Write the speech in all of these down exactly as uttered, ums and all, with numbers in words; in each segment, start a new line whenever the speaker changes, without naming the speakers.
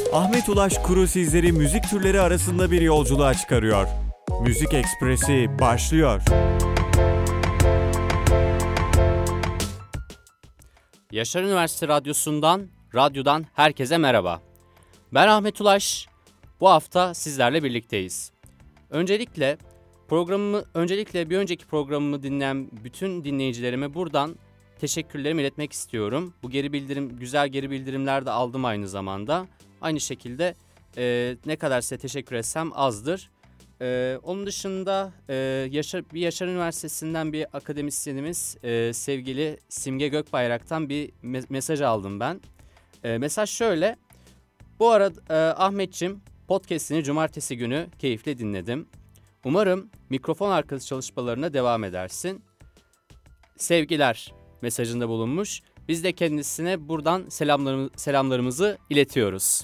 Ahmet Ulaş Kuru sizleri müzik türleri arasında bir yolculuğa çıkarıyor. Müzik Ekspresi başlıyor.
Yaşar Üniversitesi Radyosu'ndan, radyodan herkese merhaba. Ben Ahmet Ulaş. Bu hafta sizlerle birlikteyiz. Öncelikle programımı, öncelikle bir önceki programımı dinleyen bütün dinleyicilerime buradan teşekkürlerimi iletmek istiyorum. Bu geri bildirim, güzel geri bildirimler de aldım aynı zamanda. Aynı şekilde e, ne kadar size teşekkür etsem azdır. E, onun dışında e, Yaşar, bir Yaşar Üniversitesi'nden bir akademisyenimiz e, sevgili Simge Gökbayrak'tan bir me- mesaj aldım ben. E, mesaj şöyle. Bu arada e, Ahmetciğim podcast'ini cumartesi günü keyifle dinledim. Umarım mikrofon arkası çalışmalarına devam edersin. Sevgiler mesajında bulunmuş. Biz de kendisine buradan selamlarımı, selamlarımızı iletiyoruz.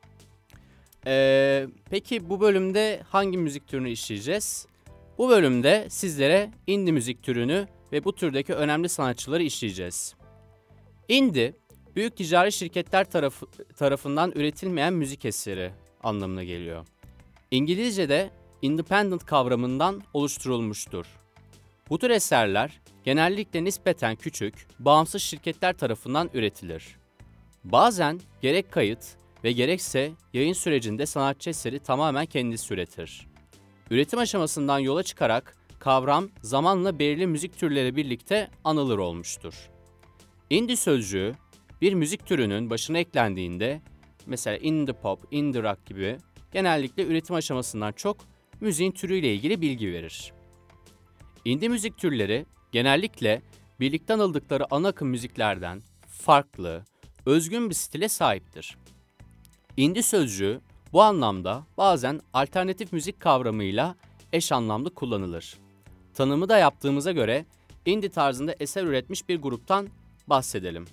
Ee, peki bu bölümde hangi müzik türünü işleyeceğiz? Bu bölümde sizlere indie müzik türünü ve bu türdeki önemli sanatçıları işleyeceğiz. Indie, büyük ticari şirketler tarafı, tarafından üretilmeyen müzik eseri anlamına geliyor. İngilizce'de independent kavramından oluşturulmuştur. Bu tür eserler genellikle nispeten küçük, bağımsız şirketler tarafından üretilir. Bazen gerek kayıt ve gerekse yayın sürecinde sanatçı eseri tamamen kendisi üretir. Üretim aşamasından yola çıkarak kavram zamanla belirli müzik türleri birlikte anılır olmuştur. Indie sözcüğü bir müzik türünün başına eklendiğinde, mesela indie pop, indie rock gibi genellikle üretim aşamasından çok müziğin türüyle ilgili bilgi verir. Indie müzik türleri genellikle birlikte anıldıkları ana akım müziklerden farklı, özgün bir stile sahiptir. Indie sözcüğü bu anlamda bazen alternatif müzik kavramıyla eş anlamlı kullanılır. Tanımı da yaptığımıza göre indie tarzında eser üretmiş bir gruptan bahsedelim.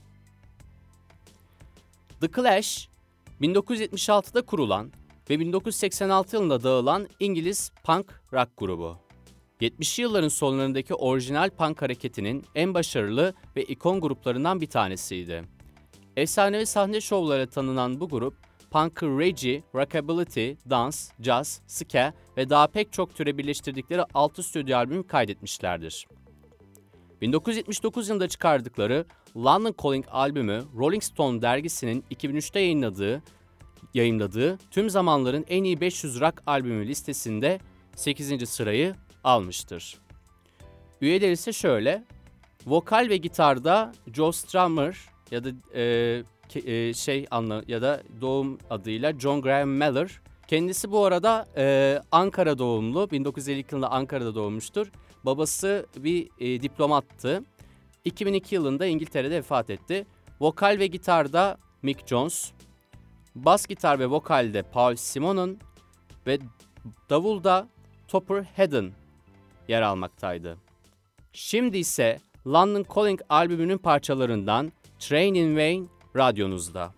The Clash, bin dokuz yüz yetmiş altıda kurulan ve bin dokuz yüz seksen altı yılında dağılan İngiliz punk rock grubu. yetmişli yılların sonlarındaki orijinal punk hareketinin en başarılı ve ikon gruplarından bir tanesiydi. Efsanevi sahne şovlarıyla tanınan bu grup, punk'ı reggae, rockabilly, dans, jazz, ska ve daha pek çok türe birleştirdikleri altı stüdyo albüm kaydetmişlerdir. bin dokuz yüz yetmiş dokuz yılında çıkardıkları London Calling albümü Rolling Stone dergisinin iki bin üçte yayınladığı, yayınladığı tüm zamanların en iyi beş yüz rock albümü listesinde sekizinci sırayı almıştır. Üyeler ise şöyle: vokal ve gitarda Joe Strummer ya da e, e, şey anla ya da doğum adıyla John Graham Mellor. Kendisi bu arada e, Ankara doğumlu, bin dokuz yüz elli yılında Ankara'da doğmuştur. Babası bir e, diplomattı. iki bin iki yılında İngiltere'de vefat etti. Vokal ve gitarda Mick Jones, bas gitar ve vokalde Paul Simonon ve davulda Topper Headon yer almaktaydı. Şimdi ise London Calling albümünün parçalarından Train in Vain radyonuzda.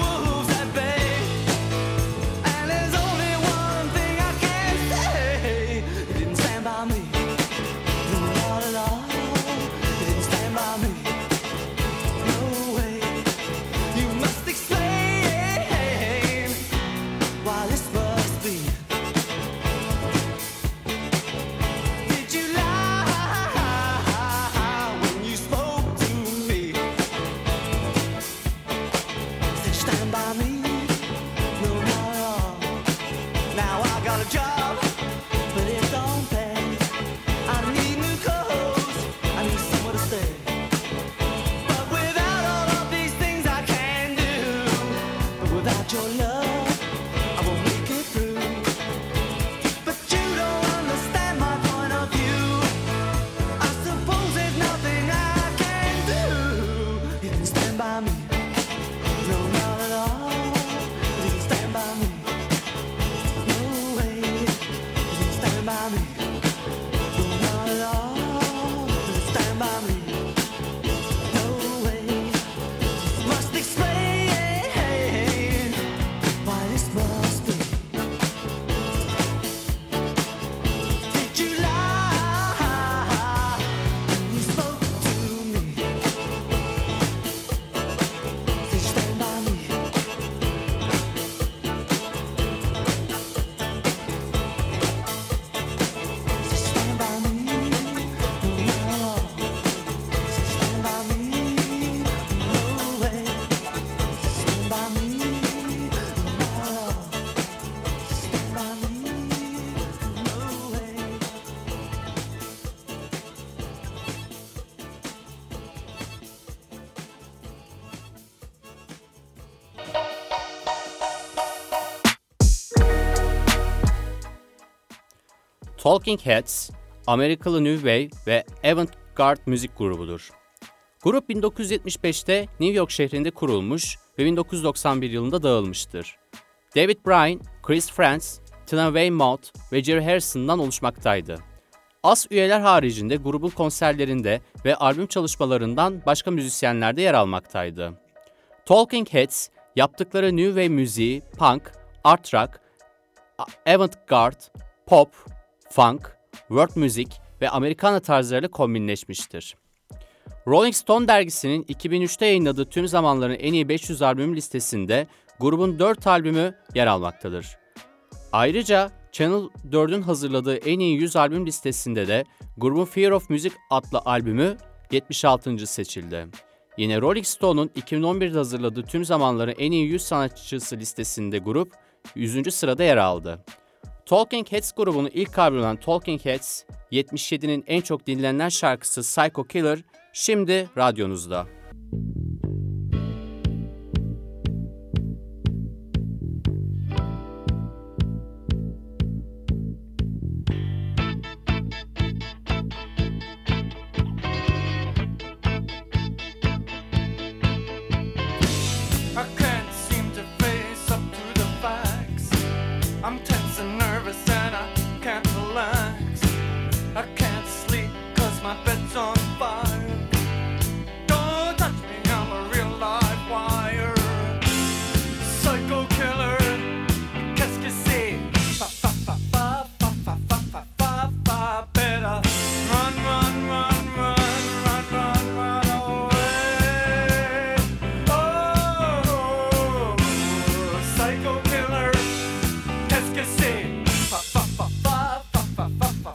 Hey
Talking Heads, Amerikalı New Wave ve Avant-Garde müzik grubudur. Grup bin dokuz yüz yetmiş beşte New York şehrinde kurulmuş ve bin dokuz yüz doksan bir yılında dağılmıştır. David Bryan, Chris Frantz, Tina Weymouth ve Jerry Harrison'dan oluşmaktaydı. As üyeler haricinde grubun konserlerinde ve albüm çalışmalarından başka müzisyenler de yer almaktaydı. Talking Heads, yaptıkları New Wave müziği, punk, art rock, avant-garde, pop, funk, world müzik ve Americana tarzlarıyla kombinleşmiştir. Rolling Stone dergisinin iki bin üçte yayınladığı tüm zamanların en iyi beş yüz albüm listesinde grubun dört albümü yer almaktadır. Ayrıca Channel dördün hazırladığı en iyi yüz albüm listesinde de grubun Fear of Music adlı albümü yetmiş altıncı seçildi. Yine Rolling Stone'un iki bin on birde hazırladığı tüm zamanların en iyi yüz sanatçısı listesinde grup yüzüncü sırada yer aldı. Talking Heads grubunun ilk albümü olan Talking Heads, yetmiş yedinin en çok dinlenen şarkısı Psycho Killer şimdi radyonuzda.
Fa fa fa fa fa fa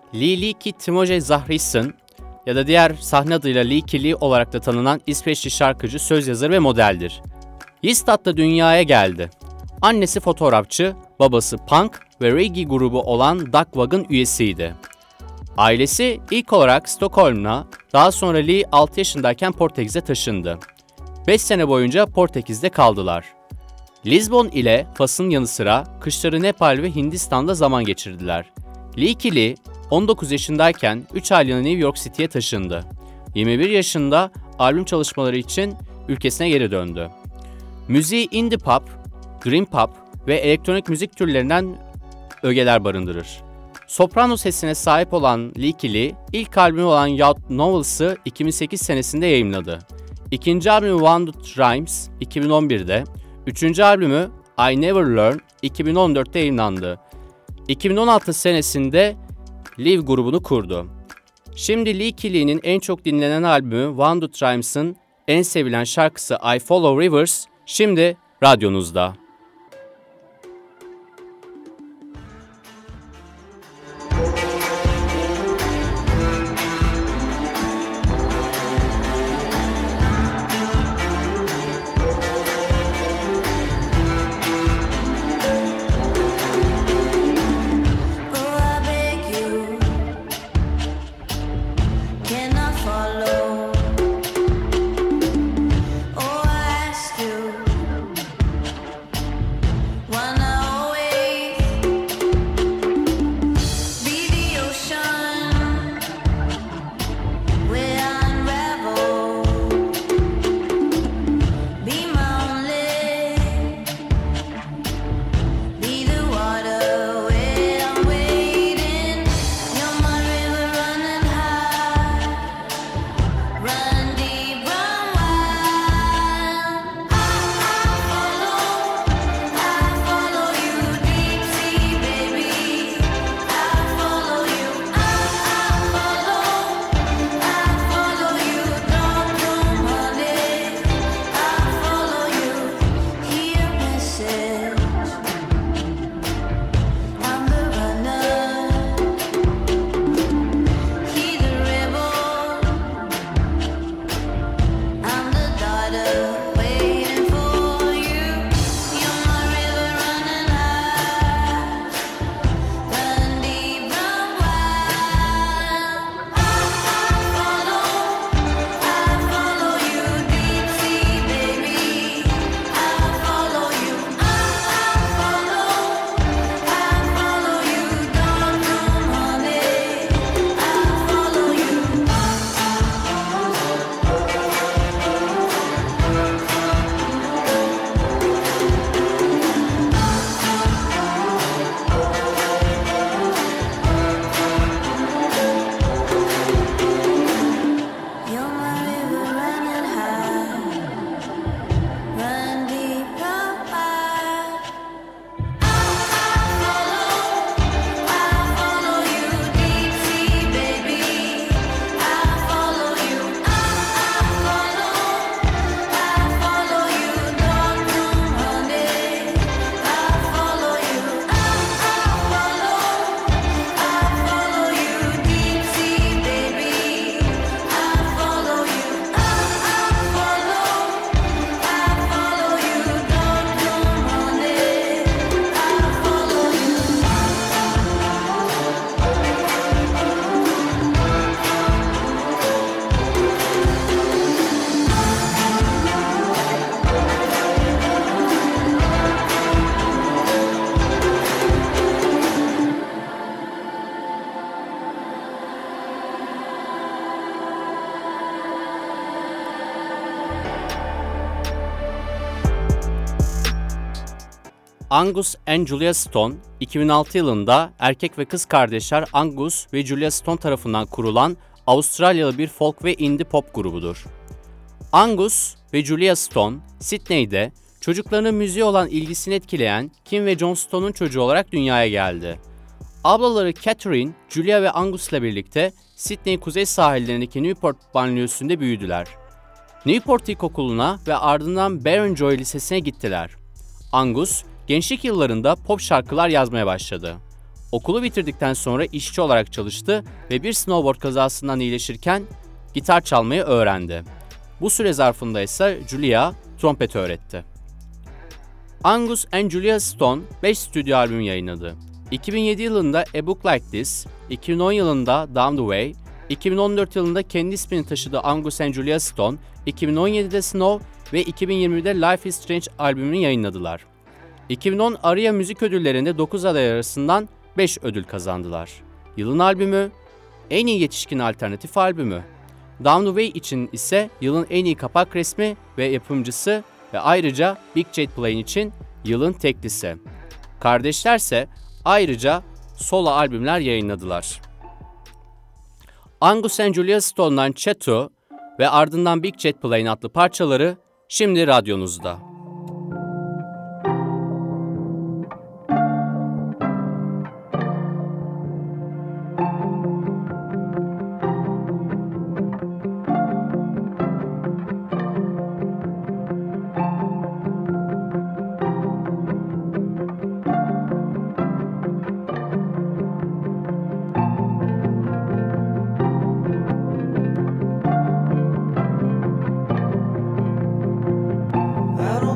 Liliki Timoje Zahrisson ya da diğer sahne adıyla Liki Lee olarak da tanınan İsveçli şarkıcı, söz yazarı ve modeldir. Ystad'da dünyaya geldi. Annesi fotoğrafçı, babası punk ve reggae grubu olan Dagwag'ın üyesiydi. Ailesi ilk olarak Stockholm'a, daha sonra Lee altı yaşındayken Portekiz'e taşındı. beş sene boyunca Portekiz'de kaldılar. Lizbon ile Fas'ın yanı sıra kışları Nepal ve Hindistan'da zaman geçirdiler. Liki Lee on dokuz yaşındayken üç aylığına New York City'ye taşındı. yirmi bir yaşında albüm çalışmaları için ülkesine geri döndü. Müziği indie pop, dream pop ve elektronik müzik türlerinden ögeler barındırır. Soprano sesine sahip olan Liki Lee, ilk albümü olan Youth Novel'sı iki bin sekiz senesinde yayımladı. İkinci albümü Wounded Rhymes iki bin on birde, üçüncü albümü I Never Learn iki bin on dörtte yayınlandı. iki bin on altı senesinde Live grubunu kurdu. Şimdi Liki Lee'nin en çok dinlenen albümü Wounded Rhymes'ın en sevilen şarkısı I Follow Rivers şimdi radyonuzda. Angus and Julia Stone, iki bin altı yılında erkek ve kız kardeşler Angus ve Julia Stone tarafından kurulan Avustralyalı bir folk ve indie pop grubudur. Angus ve Julia Stone, Sydney'de çocuklarının müziğe olan ilgisini etkileyen Kim ve John Stone'un çocuğu olarak dünyaya geldi. Ablaları Catherine, Julia ve Angus'la birlikte Sydney kuzey sahillerindeki Newport banliyösünde büyüdüler. Newport İlkokulu'na ve ardından Barrenjoey Lisesi'ne gittiler. Angus, gençlik yıllarında pop şarkılar yazmaya başladı. Okulu bitirdikten sonra işçi olarak çalıştı ve bir snowboard kazasından iyileşirken gitar çalmayı öğrendi. Bu süre zarfında ise Julia trompet öğretti. Angus and Julia Stone beş stüdyo albüm yayınladı. iki bin yedi yılında A Book Like This, iki bin on yılında Down the Way, iki bin on dört yılında kendi ismini taşıdığı Angus and Julia Stone, iki bin on yedide Snow ve iki bin yirmide Life is Strange albümünü yayınladılar. iki bin on ARIA Müzik Ödülleri'nde dokuz aday arasından beş ödül kazandılar. Yılın albümü, en iyi yetişkin alternatif albümü. Down the Way için ise yılın en iyi kapak resmi ve yapımcısı ve ayrıca Big Jet Plane için yılın teklisi. Kardeşlerse ayrıca solo albümler yayınladılar. Angus and Julia Stone'dan Chateau ve ardından Big Jet Plane adlı parçaları şimdi radyonuzda.
I don't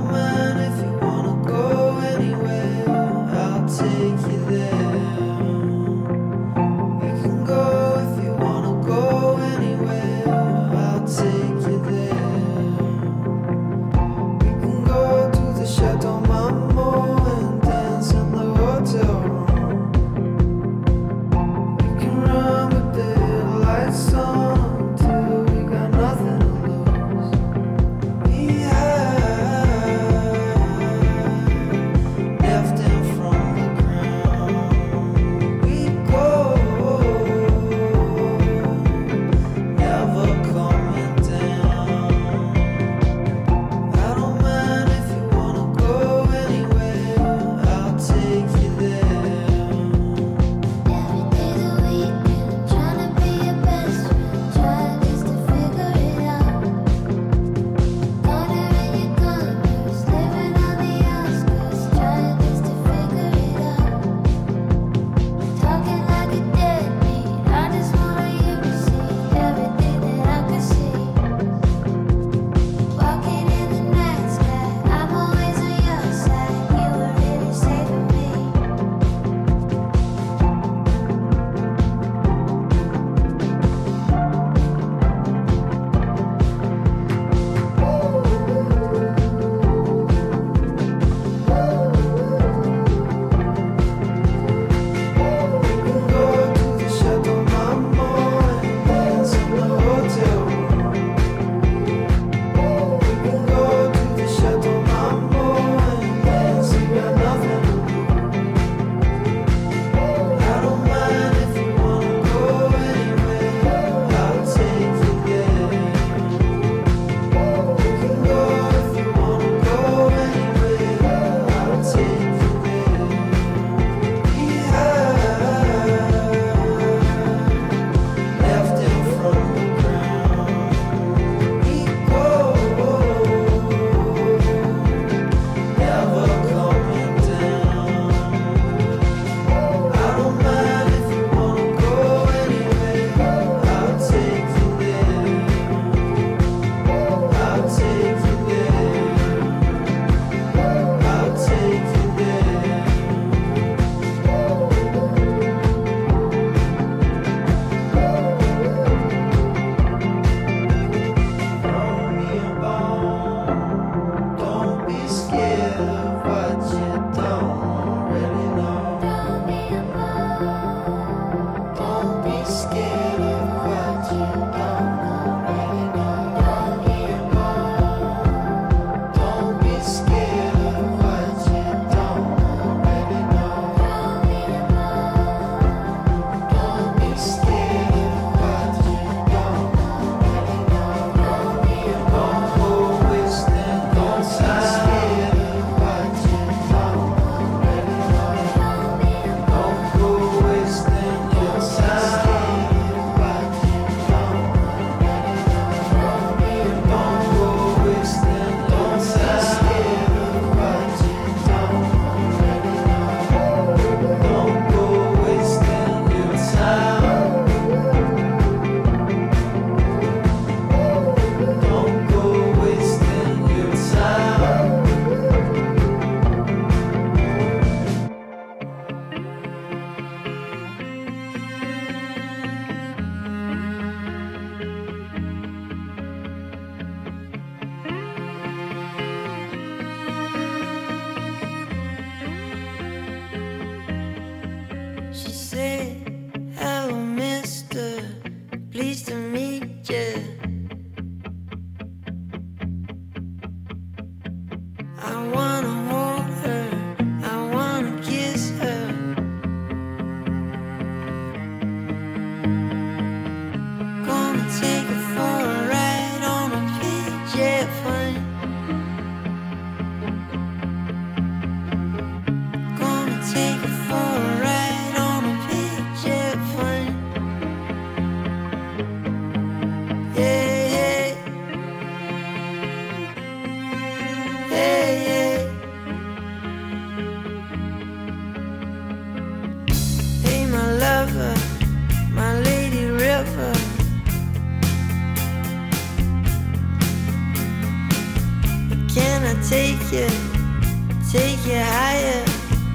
you, take you higher.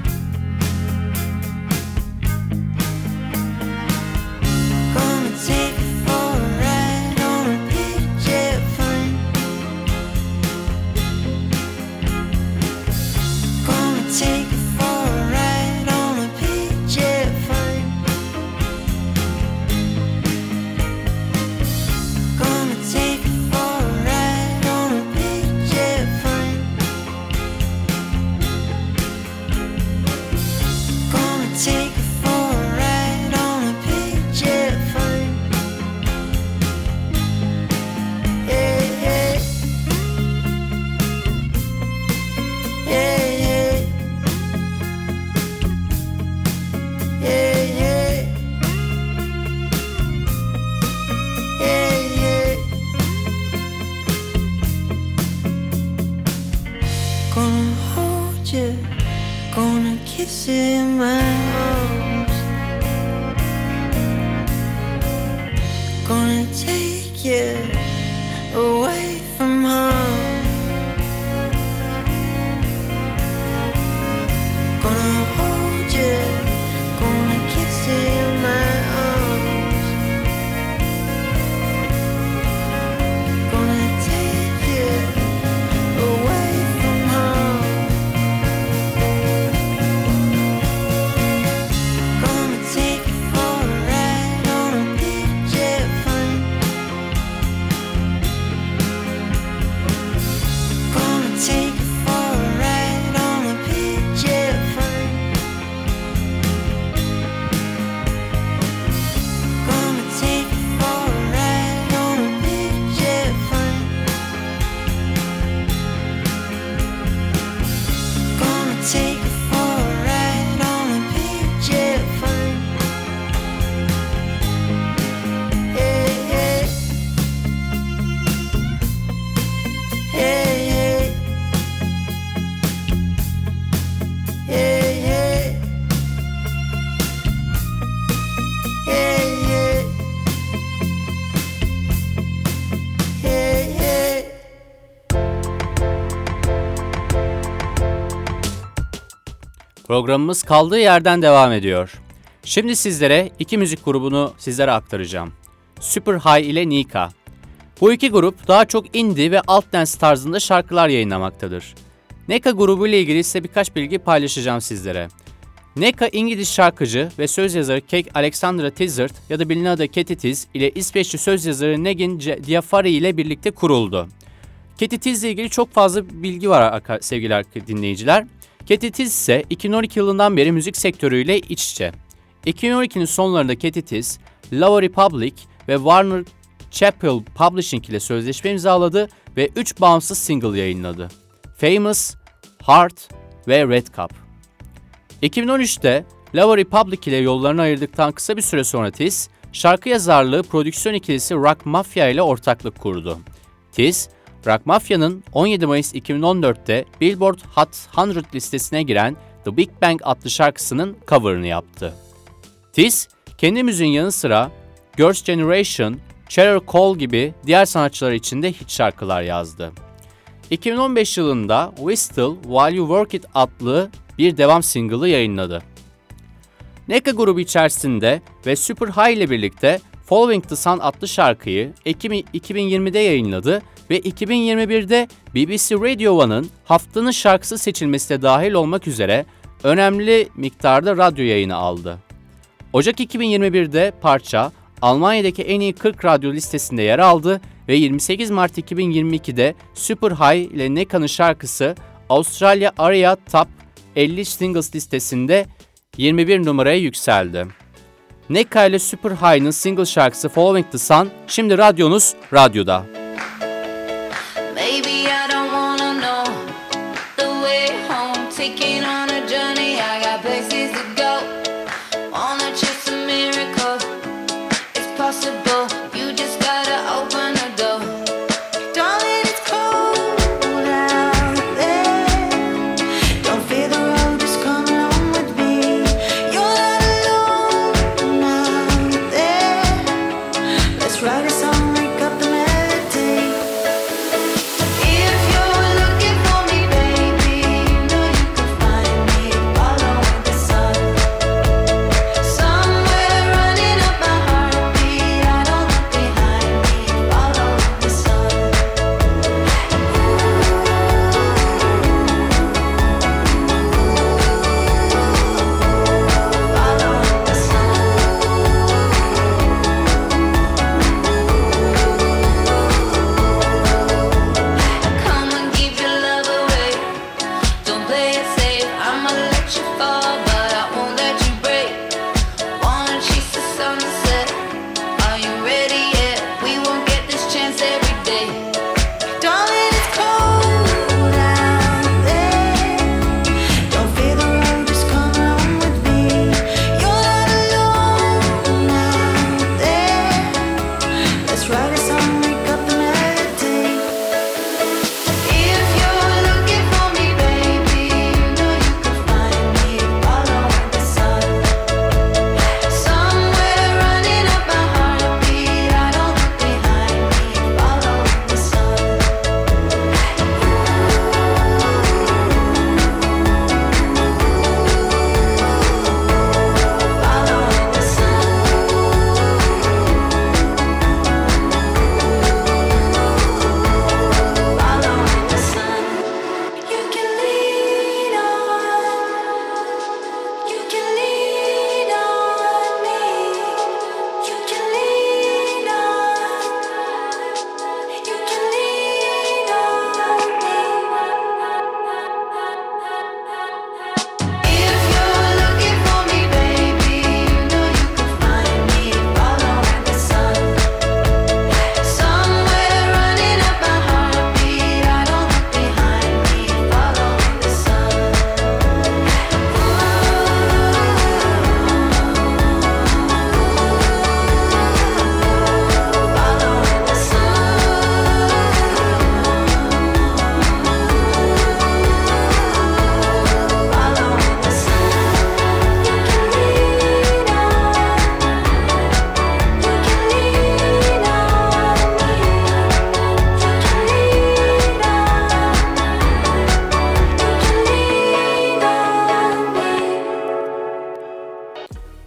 Gonna take you for a ride on a big jet plane. Gonna take you for a ride on a big jet plane. Gonna take you for a ride on a big jet plane. Gonna take you for a ride on a big jet plane. Yeah, yeah. Yeah, yeah. Yeah, yeah. Yeah, yeah. Gonna hold you, gonna kiss you in my arms. Gonna take you away from home. Gonna hold you, gonna kiss you in my arms. Gonna take you away from home. Gonna take you for a ride on a big jet plane. Gonna take you for a ride on a big jet plane. Gonna take you for a ride on a big jet plane. Gonna take you for a ride on a big jet plane. Yeah, yeah. Yeah, yeah. Yeah, yeah. Yeah, yeah. Yeah, yeah.
Programımız kaldığı yerden devam ediyor. Şimdi sizlere iki müzik grubunu sizlere aktaracağım. Super High ile Nika. Bu iki grup daha çok indie ve alt dance tarzında şarkılar yayınlamaktadır. Nika grubu ile ilgili size birkaç bilgi paylaşacağım sizlere. Nika İngiliz şarkıcı ve söz yazarı Kate Alexandra Tizard ya da bilinen adı Katy Tiz ile İsveçli söz yazarı Negin Diafari ile birlikte kuruldu. Katy Tiz ile ilgili çok fazla bilgi var sevgili dinleyiciler. Katy Tiz ise iki bin on iki yılından beri müzik sektörüyle iç içe. iki bin on ikinin sonlarında Katy Tiz, Lava Republic ve Warner Chappell Publishing ile sözleşme imzaladı ve üç bağımsız single yayınladı. Famous, Heart ve Red Cup. iki bin on üçte Lava Republic ile yollarını ayırdıktan kısa bir süre sonra Tiz, şarkı yazarlığı prodüksiyon ikilisi Rock Mafia ile ortaklık kurdu. Tiz, Rock Mafia'nın on yedi Mayıs iki bin on dörtte Billboard Hot yüz listesine giren The Big Bang adlı şarkısının cover'ını yaptı. Tiz, kendi müziğin yanı sıra Girls' Generation, Cheryl Cole gibi diğer sanatçılar için de hit şarkılar yazdı. iki bin on beş yılında Whistle While You Work It adlı bir devam single'ı yayınladı. Nika grubu içerisinde ve Super High ile birlikte Following the Sun adlı şarkıyı iki bin yirmide yayınladı ve iki bin yirmi birde B B C Radio One'ın haftanın şarkısı seçilmesi de dahil olmak üzere önemli miktarda radyo yayını aldı. Ocak iki bin yirmi birde parça Almanya'daki en iyi kırk radyo listesinde yer aldı ve yirmi sekiz Mart iki bin yirmi ikide Super High ile Nika'nın şarkısı Avustralya A R I A Top elli Singles listesinde yirmi bir numaraya yükseldi. Nika ile Super High'ın single şarkısı Following the Sun şimdi radyonuz radyoda.
Maybe I don't wanna know the way home, taking on a journey, I got places to go. Wanna chase a miracle, it's possible, you just gotta open the door. Darling, it's cold out there, don't fear the road, just come along with me. You're not alone out there, let's write a song, wake up the melody.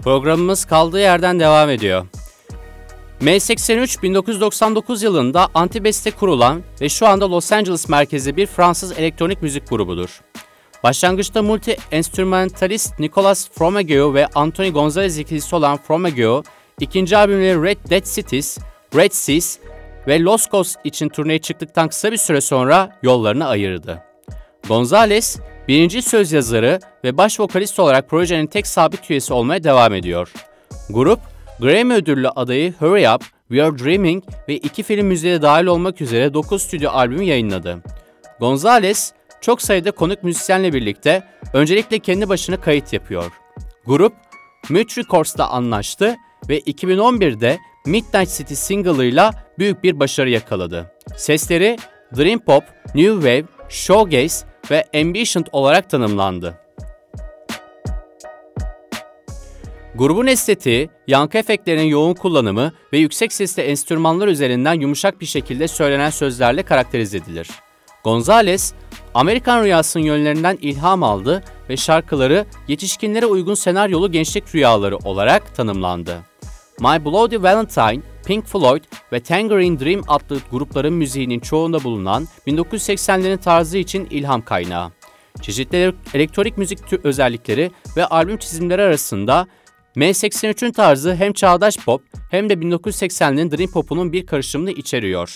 Programımız kaldığı yerden devam ediyor. M seksen üç bin dokuz yüz doksan dokuz yılında Antibes'te kurulan ve şu anda Los Angeles merkezli bir Fransız elektronik müzik grubudur. Başlangıçta multi-enstrümantalist Nicolas Fromageau ve Anthony Gonzalez ikilisi olan Fromageau, ikinci albümleri Red Dead Cities, Red Seas ve Los Cos için turneye çıktıktan kısa bir süre sonra yollarını ayırdı. Gonzalez, birinci söz yazarı ve baş vokalist olarak projenin tek sabit üyesi olmaya devam ediyor. Grup, Grammy ödüllü adayı Hurry Up, We Are Dreaming ve iki film müziği dahil olmak üzere dokuz stüdyo albümü yayınladı. Gonzalez, çok sayıda konuk müzisyenle birlikte öncelikle kendi başına kayıt yapıyor. Grup, Mute Records'ta anlaştı ve iki bin on birde Midnight City single'ıyla büyük bir başarı yakaladı. Sesleri Dream Pop, New Wave, Shoegaze ve Ambient olarak tanımlandı. Grubun estetiği, yankı efektlerinin yoğun kullanımı ve yüksek sesli enstrümanlar üzerinden yumuşak bir şekilde söylenen sözlerle karakterize edilir. Gonzalez, Amerikan rüyasının yönlerinden ilham aldı ve şarkıları yetişkinlere uygun senaryolu gençlik rüyaları olarak tanımlandı. My Bloody Valentine, Pink Floyd ve Tangerine Dream adlı grupların müziğinin çoğunda bulunan bin dokuz yüz seksenlerin tarzı için ilham kaynağı. Çeşitli elektronik müzik özellikleri ve albüm çizimleri arasında M seksen üçün tarzı hem çağdaş pop hem de bin dokuz yüz seksenlerin Dream Pop'unun bir karışımını içeriyor.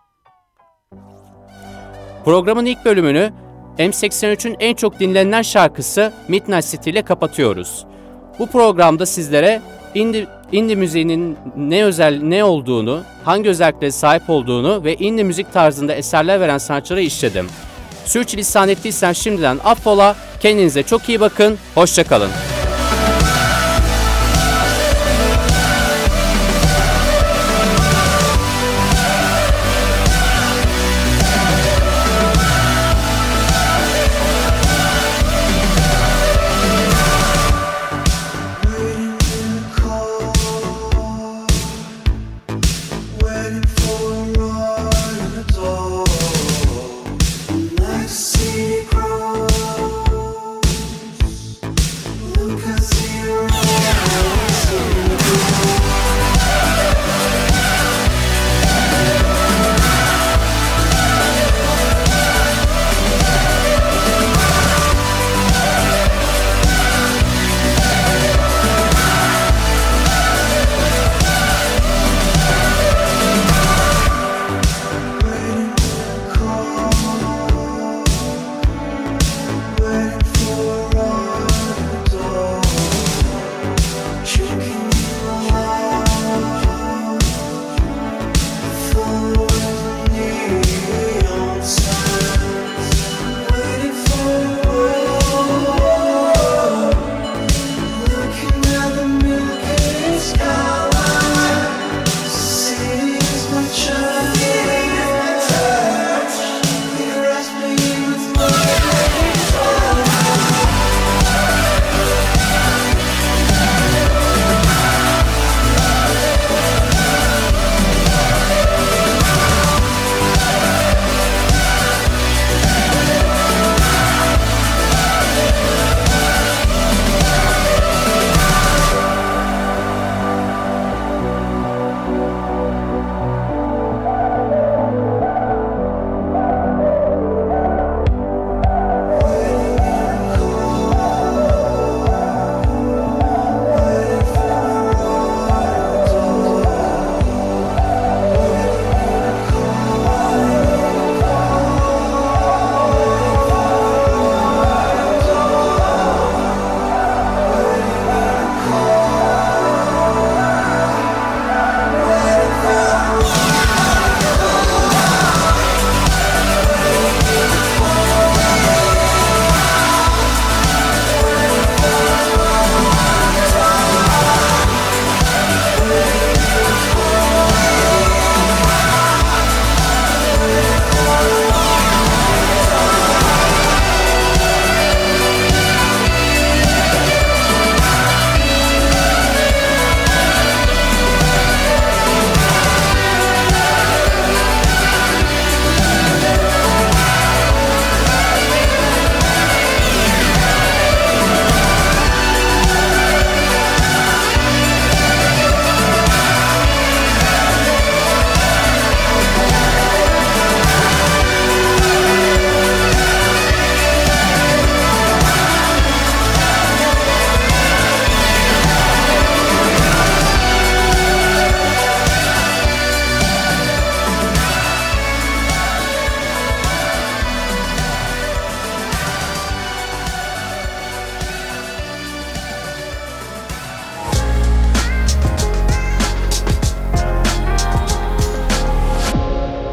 Programın ilk bölümünü M seksen üçün en çok dinlenen şarkısı Midnight City ile kapatıyoruz. Bu programda sizlere indie, indie müziğinin ne özel ne olduğunu, hangi özelliklere sahip olduğunu ve indie müzik tarzında eserler veren sanatçıları işledim. Sürçülisan ettiysen şimdiden affola, kendinize çok iyi bakın, hoşça kalın.
Blue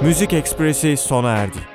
Müzik Ekspresi sona erdi.